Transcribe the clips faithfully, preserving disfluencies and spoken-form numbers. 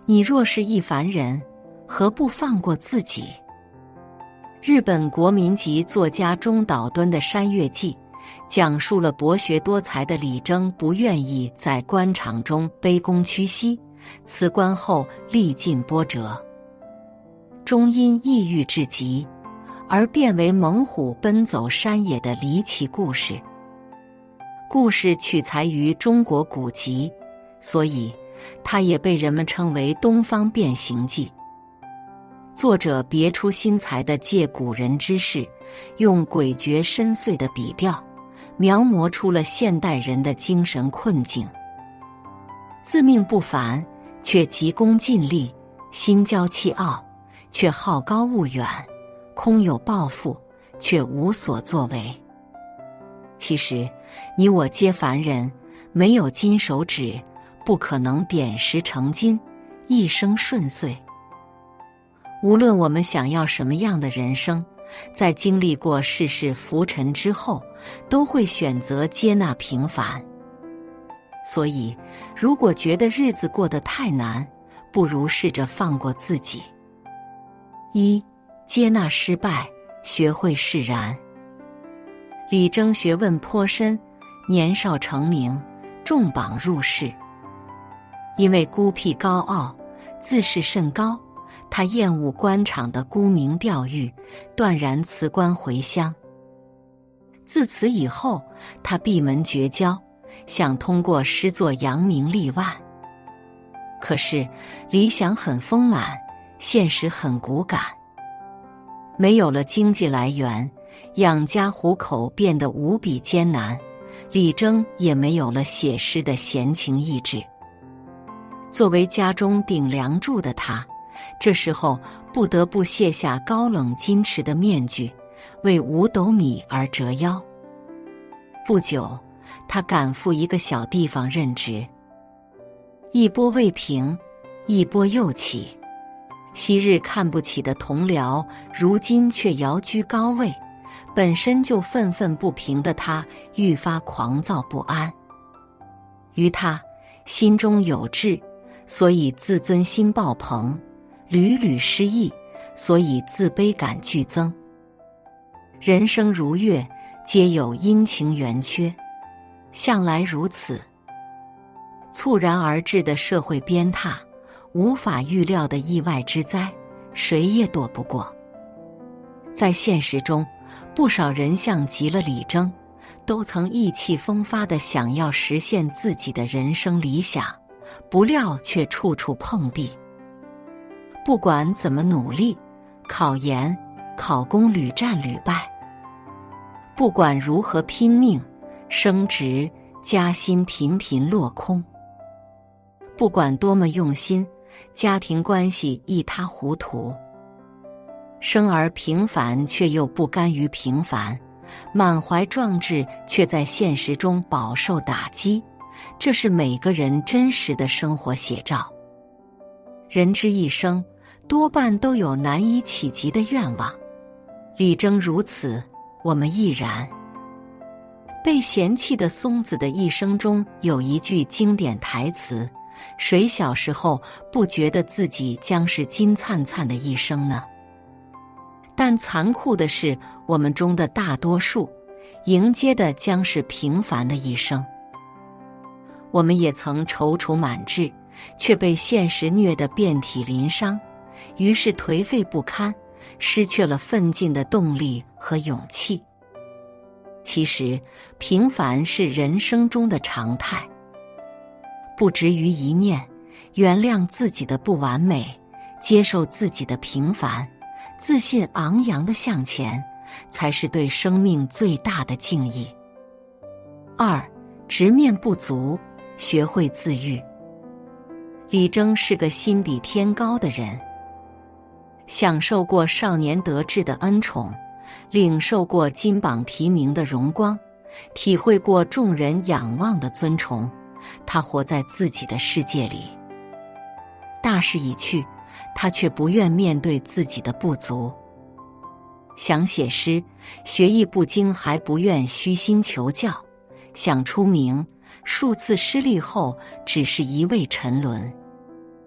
你若是一凡人，何不放过自己？日本国民级作家中岛敦的《山月记》讲述了博学多才的李征不愿意在官场中卑躬屈膝，辞官后历尽波折，终因抑郁至极而变为猛虎奔走山野的离奇故事。故事取材于中国古籍，所以它也被人们称为东方变形记。作者别出心裁地借古人之事，用诡谲深邃的笔调描摹出了现代人的精神困境。自命不凡，却急功近利；心骄气傲，却好高骛远；空有抱负，却无所作为。其实，你我皆凡人，没有金手指，不可能点石成金，一生顺遂。无论我们想要什么样的人生，在经历过世事浮沉之后，都会选择接纳平凡。所以，如果觉得日子过得太难，不如试着放过自己。一、接纳失败，学会释然。李征学问颇深，年少成名，重榜入仕。因为孤僻高傲，自视甚高，他厌恶官场的沽名钓誉，断然辞官回乡。自此以后，他闭门绝交，想通过诗作扬名立万。可是理想很丰满，现实很骨感。没有了经济来源，养家糊口变得无比艰难，李征也没有了写诗的闲情逸致。作为家中顶梁柱的他，这时候不得不卸下高冷矜持的面具，为五斗米而折腰。不久，他赶赴一个小地方任职。一波未平，一波又起。昔日看不起的同僚，如今却遥居高位，本身就愤愤不平的他愈发狂躁不安。于他心中有志，所以自尊心爆棚，屡屡失意，所以自卑感剧增。人生如月，皆有阴晴圆缺，向来如此。猝然而至的社会鞭挞，无法预料的意外之灾，谁也躲不过。在现实中，不少人像极了李征，都曾意气风发地想要实现自己的人生理想，不料却处处碰壁。不管怎么努力，考研、考公屡战屡败；不管如何拼命，升职、加薪频频落空；不管多么用心，家庭关系一塌糊涂。生而平凡，却又不甘于平凡，满怀壮志，却在现实中饱受打击。这是每个人真实的生活写照。人之一生，多半都有难以企及的愿望。李征如此，我们亦然。被嫌弃的松子的一生中有一句经典台词：谁小时候不觉得自己将是金灿灿的一生呢？但残酷的是，我们中的大多数迎接的将是平凡的一生。我们也曾踌躇满志，却被现实虐得遍体鳞伤，于是颓废不堪，失去了奋进的动力和勇气。其实，平凡是人生中的常态。不执于一念，原谅自己的不完美，接受自己的平凡，自信昂扬地向前，才是对生命最大的敬意。二、直面不足，学会自愈。李征是个心比天高的人，享受过少年得志的恩宠，领受过金榜题名的荣光，体会过众人仰望的尊崇。他活在自己的世界里，大势已去，他却不愿面对自己的不足。想写诗，学艺不精还不愿虚心求教；想出名，数次失利后只是一味沉沦。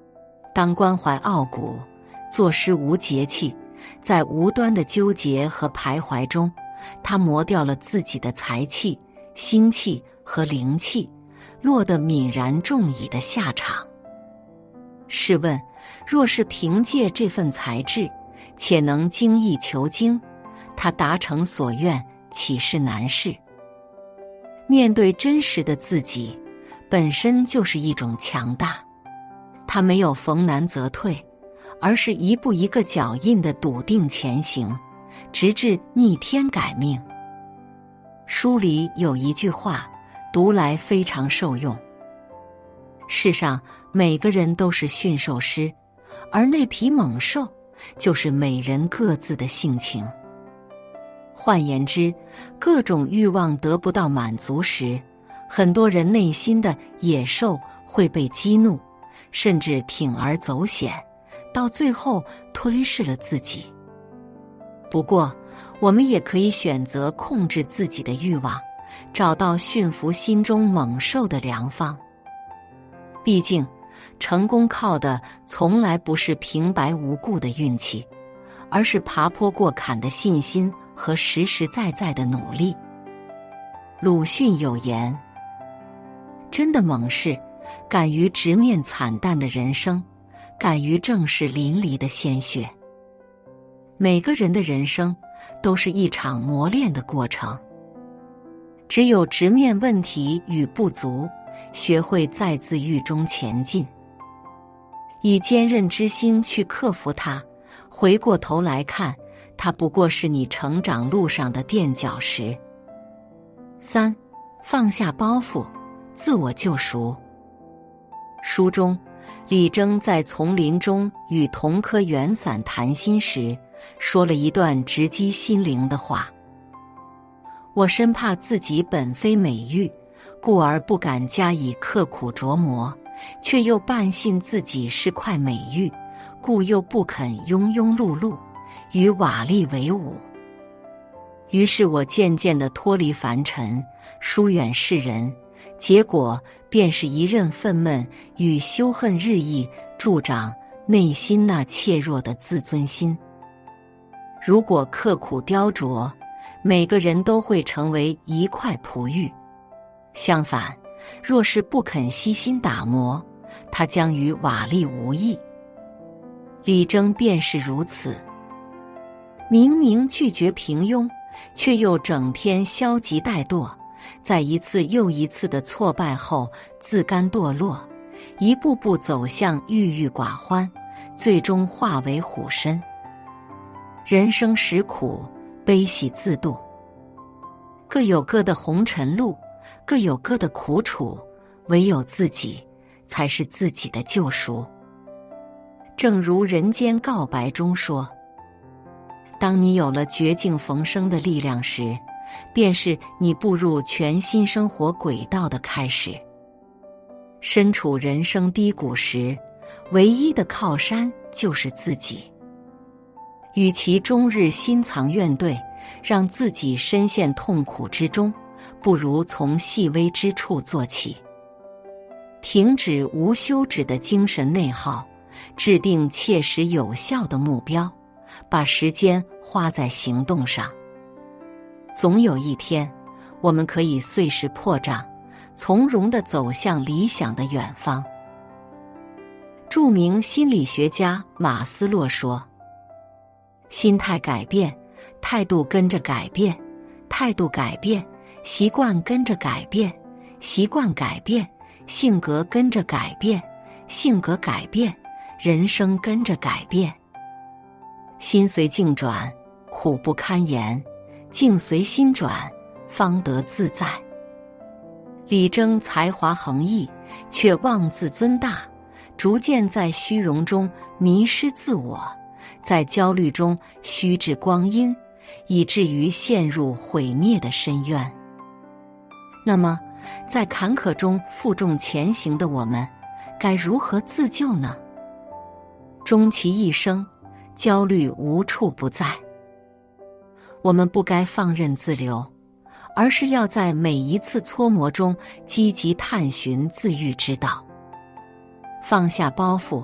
当关怀傲骨，作诗无节气，在无端的纠结和徘徊中，他磨掉了自己的才气、心气和灵气，落得泯然众矣的下场。试问，若是凭借这份才智，且能精益求精，他达成所愿，岂是难事？面对真实的自己，本身就是一种强大。他没有逢难则退，而是一步一个脚印地笃定前行，直至逆天改命。书里有一句话，读来非常受用：世上每个人都是驯兽师，而那匹猛兽就是每人各自的性情。换言之，各种欲望得不到满足时，很多人内心的野兽会被激怒，甚至铤而走险，到最后吞噬了自己。不过，我们也可以选择控制自己的欲望，找到驯服心中猛兽的良方。毕竟，成功靠的从来不是平白无故的运气，而是爬坡过坎的信心和实实在在的努力。鲁迅有言：真的猛士，敢于直面惨淡的人生，敢于正视淋漓的鲜血。每个人的人生都是一场磨练的过程，只有直面问题与不足，学会在自愈中前进，以坚韧之心去克服它，回过头来看，它不过是你成长路上的垫脚石。三，放下包袱，自我救赎。书中，李征在丛林中与同科远散谈心时，说了一段直击心灵的话：我深怕自己本非美玉，故而不敢加以刻苦琢磨，却又半信自己是块美玉，故又不肯庸庸碌碌，与瓦砾为伍。于是我渐渐地脱离凡尘，疏远世人，结果便是一任愤懑与羞恨日益助长内心那怯弱的自尊心。如果刻苦雕琢，每个人都会成为一块璞玉。相反，若是不肯悉心打磨，它将与瓦砾无异。李征便是如此，明明拒绝平庸，却又整天消极怠惰，在一次又一次的挫败后自甘堕落，一步步走向郁郁寡欢，最终化为虎身。人生实苦，悲喜自度，各有各的红尘路，各有各的苦楚，唯有自己才是自己的救赎。正如《人间告白》中说，当你有了绝境逢生的力量时，便是你步入全新生活轨道的开始。身处人生低谷时，唯一的靠山就是自己。与其终日心藏怨怼，让自己深陷痛苦之中，不如从细微之处做起，停止无休止的精神内耗，制定切实有效的目标，把时间花在行动上。总有一天，我们可以碎石破障，从容地走向理想的远方。著名心理学家马斯洛说，心态改变，态度跟着改变，态度改变，习惯跟着改变，习惯改变，性格跟着改变，性格改变，人生跟着改变。心随境转，苦不堪言，境随心转，方得自在。李征才华横溢，却妄自尊大，逐渐在虚荣中迷失自我，在焦虑中虚掷光阴，以至于陷入毁灭的深渊。那么，在坎坷中负重前行的我们，该如何自救呢？终其一生，焦虑无处不在。我们不该放任自流，而是要在每一次搓磨中积极探寻自愈之道。放下包袱，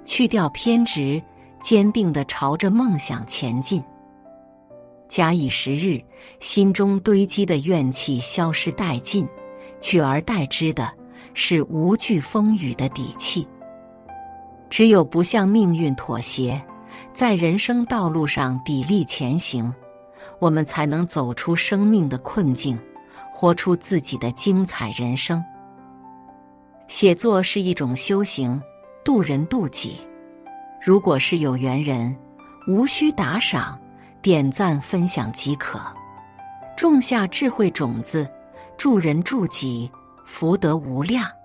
去掉偏执，坚定地朝着梦想前进。假以时日，心中堆积的怨气消失殆尽，取而代之的是无惧风雨的底气。只有不向命运妥协，在人生道路上砥砺前行，我们才能走出生命的困境，活出自己的精彩人生。写作是一种修行，渡人渡己。如果是有缘人，无需打赏，点赞分享即可，种下智慧种子，助人助己，福德无量。